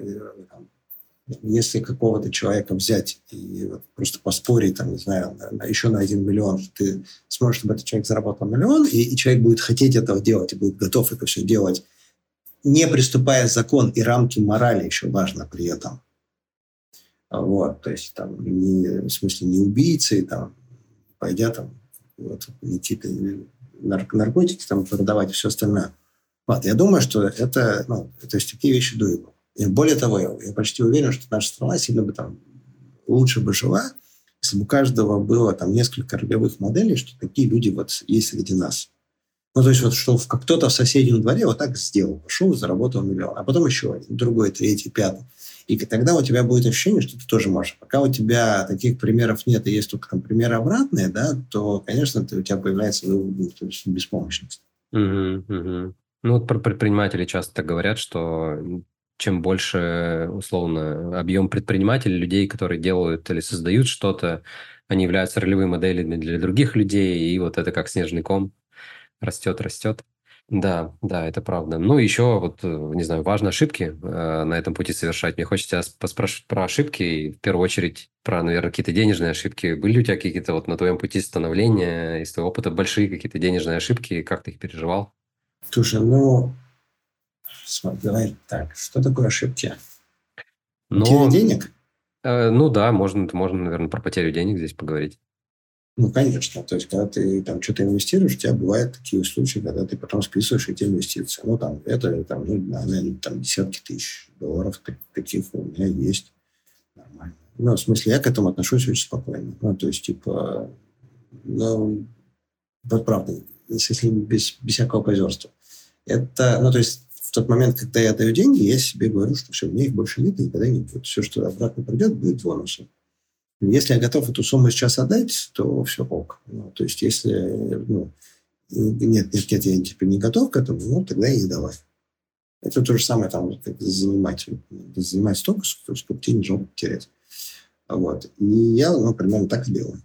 если какого-то человека взять и вот просто поспорить, там, не знаю, на, на, еще на один миллион, ты сможешь, чтобы этот человек заработал миллион, и, и человек будет хотеть этого делать, и будет готов это все делать, не приступая к закон и рамки морали, еще важно при этом. Вот, то есть, там, не, в смысле, не убийцы, там, пойдя там, вот, идти нарк- наркотики, там, продавать и все остальное. Вот, я думаю, что это, ну, то есть, такие вещи дуют. И более того, я, я почти уверен, что наша страна сильно бы там лучше бы жила, если бы у каждого было там несколько ролевых моделей, что такие люди вот есть среди нас. Ну, то есть, вот что кто-то в соседнем дворе вот так сделал, пошел и заработал миллион, а потом еще один, другой, третий, пятый. И тогда у тебя будет ощущение, что ты тоже можешь. Пока у тебя таких примеров нет, и есть только там примеры обратные, да, то, конечно, ты, у тебя появляется ну, беспомощность. Угу, угу. Ну, вот про предприниматели часто так говорят, что чем больше, условно, объем предпринимателей, людей, которые делают или создают что-то, они являются ролевыми моделями для других людей, и вот это как снежный ком растет, растет. Да, да, это правда. Ну, еще, вот, не знаю, важно ошибки э, на этом пути совершать. Мне хочется тебя поспрашивать про ошибки, и в первую очередь про, наверное, какие-то денежные ошибки. Были у тебя какие-то вот на твоем пути становления, из твоего опыта, большие какие-то денежные ошибки, как ты их переживал? Слушай, ну, смотри, давай так, что такое ошибки? Но, потеря денег? Э, ну да, можно, можно, наверное, про потерю денег здесь поговорить. Ну, конечно. То есть, когда ты там что-то инвестируешь, у тебя бывают такие случаи, когда ты потом списываешь эти инвестиции. Ну, там, это, там, ну, наверное, там, десятки тысяч долларов таких у меня есть. Нормально. Ну, в смысле, я к этому отношусь очень спокойно. Ну, то есть, типа, ну, вот правда, если без, без всякого позерства. Это, ну, то есть, в тот момент, когда я даю деньги, я себе говорю, что все, мне их больше нет и никогда не будет. Все, что обратно придет, будет бонусом. Если я готов эту сумму сейчас отдать, то все ок. Ну, то есть, если ну, нет, нет, нет, я типа, не готов к этому, ну, тогда и не давай. Это то же самое, там, как занимать, занимать столько, сколько тебе не жалко терять. Вот. И я, ну, примерно так и делаю.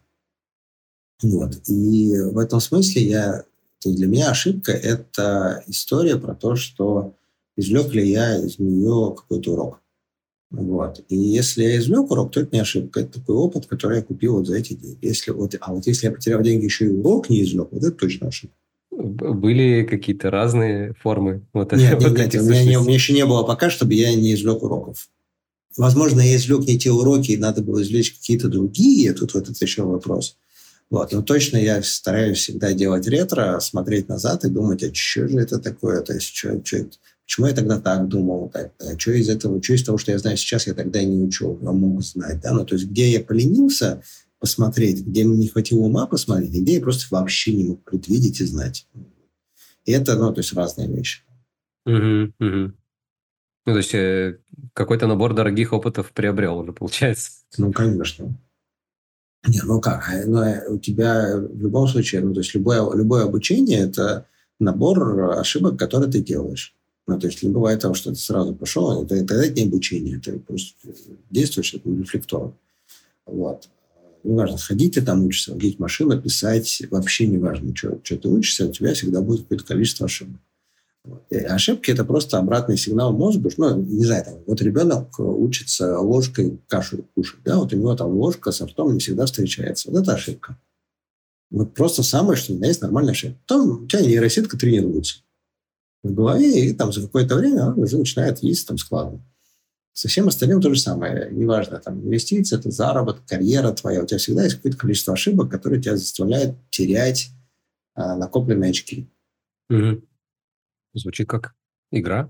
Вот. И в этом смысле я... То есть для меня ошибка – это история про то, что извлек ли я из нее какой-то урок. Вот. И если я извлек урок, то это не ошибка. Это такой опыт, который я купил вот за эти деньги. Если вот, а вот если я потерял деньги, еще и урок не извлек, вот это точно ошибка. Были какие-то разные формы вот, нет, вот нет, нет, у меня, не, у меня еще не было пока, чтобы я не извлек уроков. Возможно, я извлек не те уроки, и надо было извлечь какие-то другие. Тут вот это еще вопрос. Вот. Но точно я стараюсь всегда делать ретро, смотреть назад и думать, а что же это такое? То есть, что, что это? Почему я тогда так думал? Так, а что из этого? Что из того, что я знаю сейчас, я тогда не учел, а мог знать? Да? Ну, то есть, где я поленился посмотреть, где мне не хватило ума посмотреть, и где я просто вообще не мог предвидеть и знать. И это, ну, то есть, разные вещи. Угу, угу. Ну, то есть, э, какой-то набор дорогих опытов приобрел уже, получается. Ну, конечно. Не, ну как? Ну, у тебя в любом случае, ну, то есть, любое, любое обучение – это набор ошибок, которые ты делаешь. Ну, то есть, не бывает того, что ты сразу пошел, это, это, это не обучение, ты просто действуешь рефлекторно. Вот. Неважно, ходить ты там учишься, водить машину, писать, вообще не важно, что, что ты учишься, у тебя всегда будет какое-то количество ошибок. Вот. И ошибки – это просто обратный сигнал мозгу. Ну, не знаю, там, вот ребенок учится ложкой кашу кушать, да, вот у него там ложка со ртом не всегда встречается. Вот это ошибка. Вот просто самое, что у меня есть нормальная ошибка. Потом у тебя нейросетка тренируется в голове, и там за какое-то время он уже начинает есть там складно. Со всем остальным то же самое. Неважно, там, инвестиции, это заработок, карьера твоя. У тебя всегда есть какое-то количество ошибок, которые тебя заставляют терять а, накопленные очки. Угу. Звучит как игра.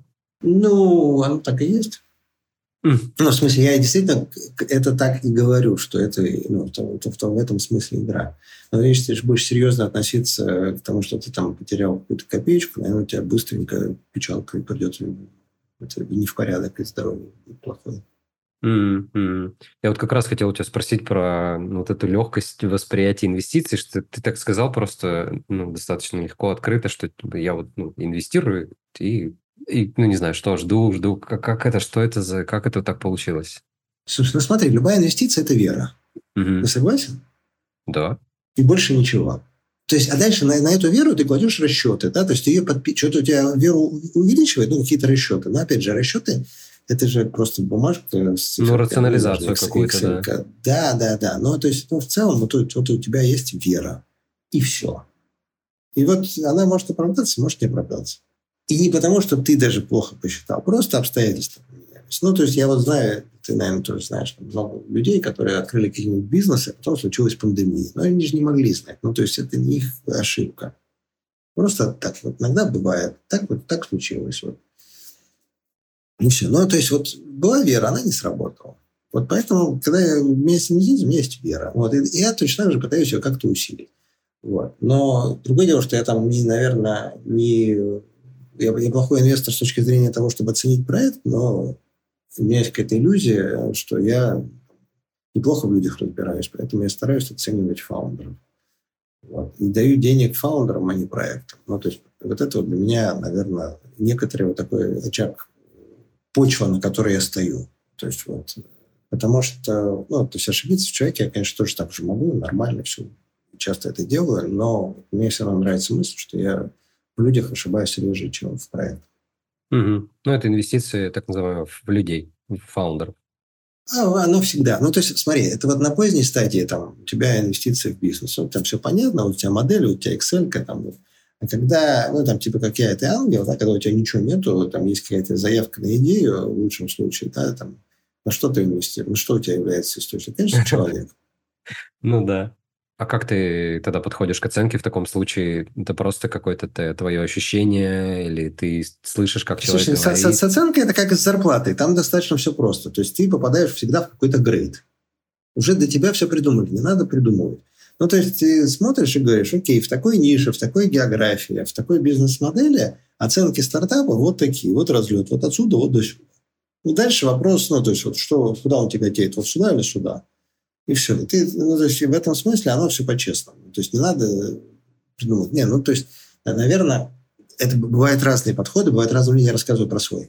Ну, оно так и есть. Mm. Ну, в смысле, я действительно это так и говорю, что это ну, в, в, в этом смысле игра. Но если ты будешь серьезно относиться к тому, что ты там потерял какую-то копеечку, наверное, у тебя быстренько печалка придет это не в порядок, и здоровье плохое. Mm-hmm. Я вот как раз хотел у тебя спросить про ну, вот эту легкость восприятия инвестиций, что ты, ты так сказал просто ну, достаточно легко, открыто, что я вот ну, инвестирую и, и, ну, не знаю, что, жду, жду, как, как это, что это за, как это так получилось? Собственно, смотри, любая инвестиция – это вера. Mm-hmm. Ты согласен? Да. И больше ничего. То есть, а дальше на, на эту веру ты кладешь расчеты, да, то есть, ты ее подпи... что-то у тебя веру увеличивает, ну, какие-то расчеты. Но, опять же, расчеты – это же просто бумажка с циферками. Ну, рационализацию какую-то, да. Да, да, да. Ну, то есть, ну, в целом, вот, вот у тебя есть вера. И все. И вот она может оправдаться, может не оправдаться. И не потому, что ты даже плохо посчитал, просто обстоятельства поменялись. Ну, то есть, я вот знаю, ты, наверное, тоже знаешь, много людей, которые открыли какие-нибудь бизнесы, а потом случилась пандемия. Но они же не могли знать. Ну, то есть, это не их ошибка. Просто так вот иногда бывает. Так вот, так случилось. Вот. И все. Ну, то есть, вот была вера, она не сработала. Вот поэтому, когда я вместе с ним, у меня есть вера. Вот. И я точно так же пытаюсь ее как-то усилить. Вот. Но другое дело, что я там, не, наверное, не... Я, я плохой инвестор с точки зрения того, чтобы оценить проект, но у меня есть какая-то иллюзия, что я неплохо в людях разбираюсь, поэтому я стараюсь оценивать фаундеров. Вот. И даю денег фаундерам, а не проектам. Ну, то есть, вот это вот для меня, наверное, некоторый вот такой очаг, почва, на которой я стою. То есть, вот, потому что, ну, то есть, ошибиться в человеке я, конечно, тоже так же могу, нормально все. Часто это делаю, но мне все равно нравится мысль, что я в людях ошибаюсь реже, чем в проектах. Угу. Ну, это инвестиции, так называемые, в людей, в фаундеров. А, оно всегда. Ну, то есть, смотри, это вот на поздней стадии там, у тебя инвестиции в бизнес. Вот, там все понятно, у тебя модель, у тебя Excel. Там, а когда, ну, там, типа, как я, это ангел, да, когда у тебя ничего нету, там есть какая-то заявка на идею, в лучшем случае, да, там, на что ты инвестируешь, ну, что у тебя является источником? Конечно, человек. Ну, да. А как ты тогда подходишь к оценке в таком случае? Это просто какое-то твое ощущение или ты слышишь, как человек Слушай, говорит? С, с, с оценкой это как и с зарплатой. Там достаточно все просто. То есть, ты попадаешь всегда в какой-то грейд. Уже для тебя все придумали. Не надо придумывать. Ну, то есть, ты смотришь и говоришь, окей, в такой нише, в такой географии, в такой бизнес-модели оценки стартапа вот такие. Вот разлет. Вот отсюда, вот до сюда. И дальше вопрос, ну, то есть, вот что, куда он тяготеет? Вот сюда или сюда? И все. И ты, ну, то есть, в этом смысле оно все по-честному. То есть, не надо придумывать. Не, ну, то есть, наверное, это бывают разные подходы, бывают разные люди, я рассказываю про свой.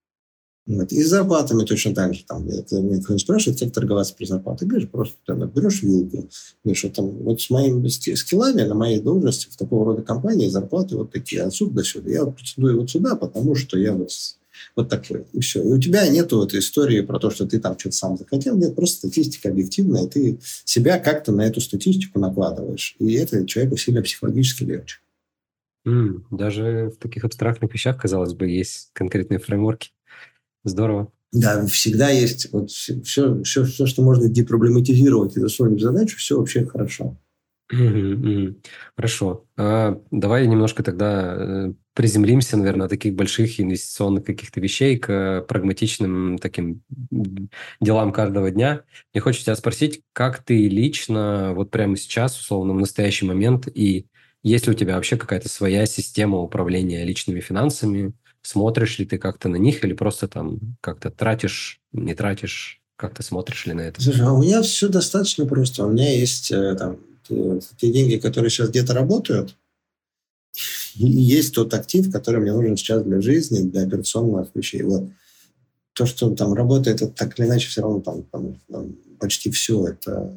Вот. И с зарплатами точно так же. Там, это, меня кто-нибудь спрашивает, как торговаться при зарплате. Ты говоришь, просто там, берешь вилку. Говоришь, вот, там, вот с моими скиллами на моей должности в такого рода компании зарплаты вот такие. Отсюда до сюда. Я вот претендую вот сюда, потому что я вот Вот такое. И все. И у тебя нету вот истории про то, что ты там что-то сам захотел. Нет, просто статистика объективная. Ты себя как-то на эту статистику накладываешь. И это человеку сильно психологически легче. М, даже в таких абстрактных вещах, казалось бы, есть конкретные фреймворки. Здорово. Да, всегда есть вот все, все, все, все, что можно депроблематизировать и засунуть в задачу, все вообще хорошо. Мгм, мгм. Хорошо. А, давай немножко тогда э, приземлимся, наверное, от таких больших инвестиционных каких-то вещей к э, прагматичным таким м, делам каждого дня. Мне хочется тебя спросить, как ты лично вот прямо сейчас, условно, в настоящий момент, и есть ли у тебя вообще какая-то своя система управления личными финансами? Смотришь ли ты как-то на них или просто там как-то тратишь, не тратишь? Как ты смотришь ли на это? Слушай, а у меня все достаточно просто. У меня есть э, там э, те деньги, которые сейчас где-то работают, и есть тот актив, который мне нужен сейчас для жизни, для операционных вещей. Вот. То, что там работает, это так или иначе все равно там, там, там почти все это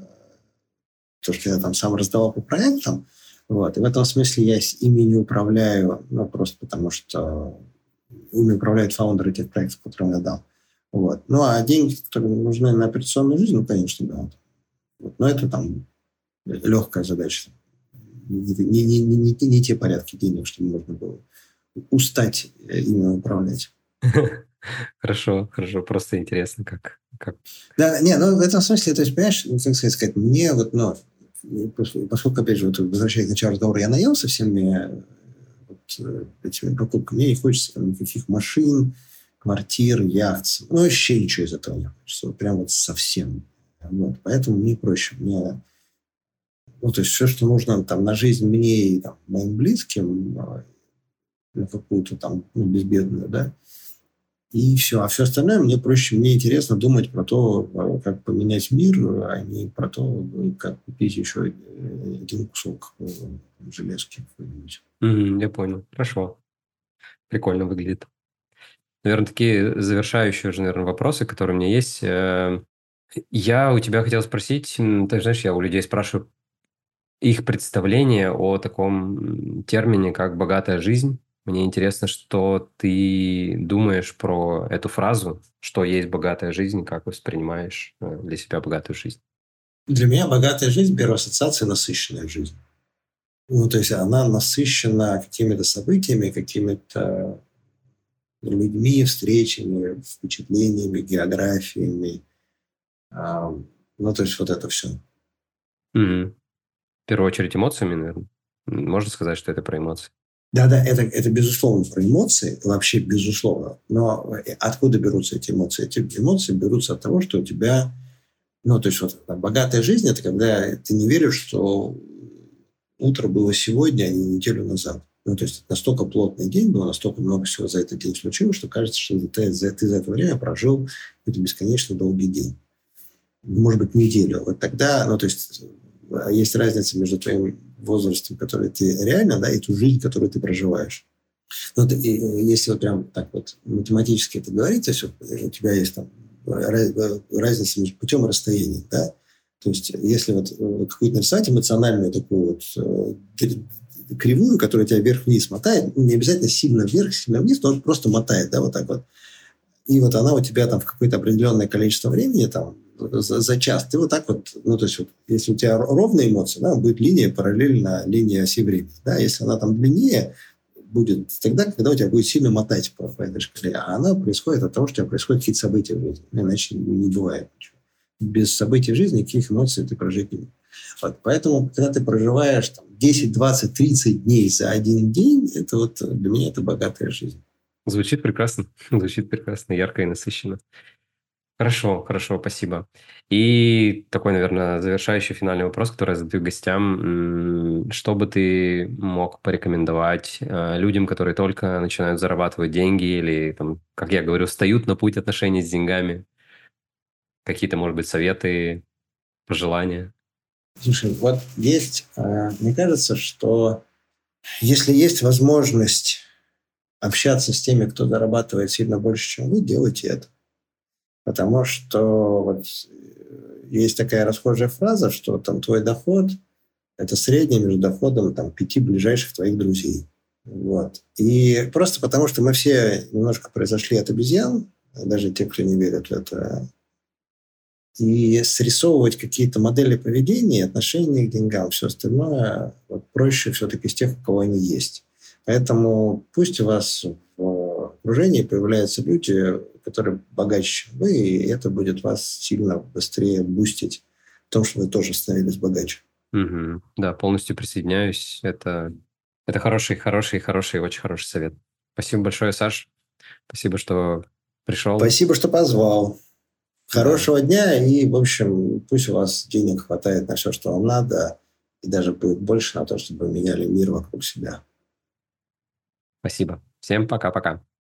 то, что я там сам раздавал по проектам. Вот. И в этом смысле я ими не управляю, ну, просто потому что ими управляют фаундеры тех проектов, которые я дал. Вот. Ну, а деньги, которые нужны на операционную жизнь, ну, конечно, да. Вот. Но это там легкая задача. Не, не, не, не, не, не те порядки денег, чтобы можно было устать ими управлять. Хорошо, хорошо. Просто интересно, как, как... Да, не, ну в этом смысле, то есть, понимаешь, ну, как сказать, мне вот, ну, поскольку, опять же, вот, возвращаясь к началу разговора, я наелся всеми вот, этими покупками, мне не хочется там, никаких машин, квартир, яхт, ну, вообще ничего из этого не хочется, вот, прям вот совсем. Вот, поэтому мне проще, мне, ну, то есть, все, что нужно там на жизнь мне и там, моим близким, на какую-то там, ну, безбедную, да, и все. А все остальное мне проще, мне интересно думать про то, как поменять мир, а не про то, как купить еще один кусок железки какой-нибудь. Мгм, я понял. Хорошо. Прикольно выглядит. Наверное, такие завершающие уже, наверное, вопросы, которые у меня есть. Э, Я у тебя хотел спросить, м, ты знаешь, я у людей спрашиваю их представление о таком м, термине, как «богатая жизнь». Мне интересно, что ты думаешь про эту фразу, что есть богатая жизнь, как воспринимаешь э, для себя богатую жизнь. Для меня богатая жизнь, первая ассоциация – насыщенная жизнь. Ну, то есть она насыщена какими-то событиями, какими-то людьми, встречами, впечатлениями, географиями. А, ну, то есть вот это все. Мгм. В первую очередь эмоциями, наверное. М, Можно сказать, что это про эмоции. Да-да, это, это безусловно про эмоции, вообще безусловно. Но откуда берутся эти эмоции? Эти эмоции берутся от того, что у тебя... Ну, то есть вот там, богатая жизнь – это когда ты не веришь, что утро было сегодня, а не неделю назад. Ну, то есть настолько плотный день был, настолько много всего за этот день случилось, что кажется, что ты за, ты за это время прожил какой-то бесконечно долгий день. Может быть, неделю. Вот тогда, ну, то есть есть разница между твоим возрастом, который ты реально, да, и ту жизнь, которую ты проживаешь. Ну, ты, если вот прям так вот математически это говорить, то есть вот у тебя есть там разница между путем и расстоянием, да, то есть если вот какую-то нарисовать эмоциональную такую вот кривую, которая тебя вверх-вниз мотает, не обязательно сильно вверх, сильно вниз, но просто мотает, да, вот так вот. И вот она у тебя там в какое-то определенное количество времени, там, за, за час, ты вот так вот, ну, то есть, вот, если у тебя ровная эмоция, да, будет линия параллельно линии оси времени, да, если она там длиннее, будет тогда, когда у тебя будет сильно мотать по, по этой шкале, а она происходит от того, что у тебя происходят какие-то события в жизни, иначе не бывает ничего. Без событий в жизни никаких эмоций ты прожить не можешь. Вот, поэтому, когда ты проживаешь там, десять, двадцать, тридцать дней за один день, это вот для меня это богатая жизнь. Звучит прекрасно. Звучит прекрасно, ярко и насыщенно. Хорошо, хорошо, спасибо. И такой, наверное, завершающий финальный вопрос, который я задаю гостям. М, Что бы ты мог порекомендовать э, людям, которые только начинают зарабатывать деньги или, там, как я говорю, встают на путь отношений с деньгами? Какие-то, может быть, советы, пожелания? Слушай, вот есть, э, мне кажется, что если есть возможность общаться с теми, кто зарабатывает сильно больше, чем вы, делайте это. Потому что вот есть такая расхожая фраза, что там твой доход – это средний между доходом там, пяти ближайших твоих друзей. Вот. И просто потому, что мы все немножко произошли от обезьян, даже те, кто не верит в это, и срисовывать какие-то модели поведения, отношения к деньгам, все остальное вот проще все-таки с тех, у кого они есть. Поэтому пусть у вас в окружении появляются люди, которые богаче, чем вы, и это будет вас сильно быстрее бустить в том, что вы тоже становились богаче. Мгм. Да, полностью присоединяюсь. Это, это хороший, хороший, хороший, очень хороший совет. Спасибо большое, Саш. Спасибо, что пришел. Спасибо, что позвал. Да. Хорошего дня, и, в общем, пусть у вас денег хватает на все, что вам надо, и даже будет больше на то, чтобы вы меняли мир вокруг себя. Спасибо. Всем пока-пока.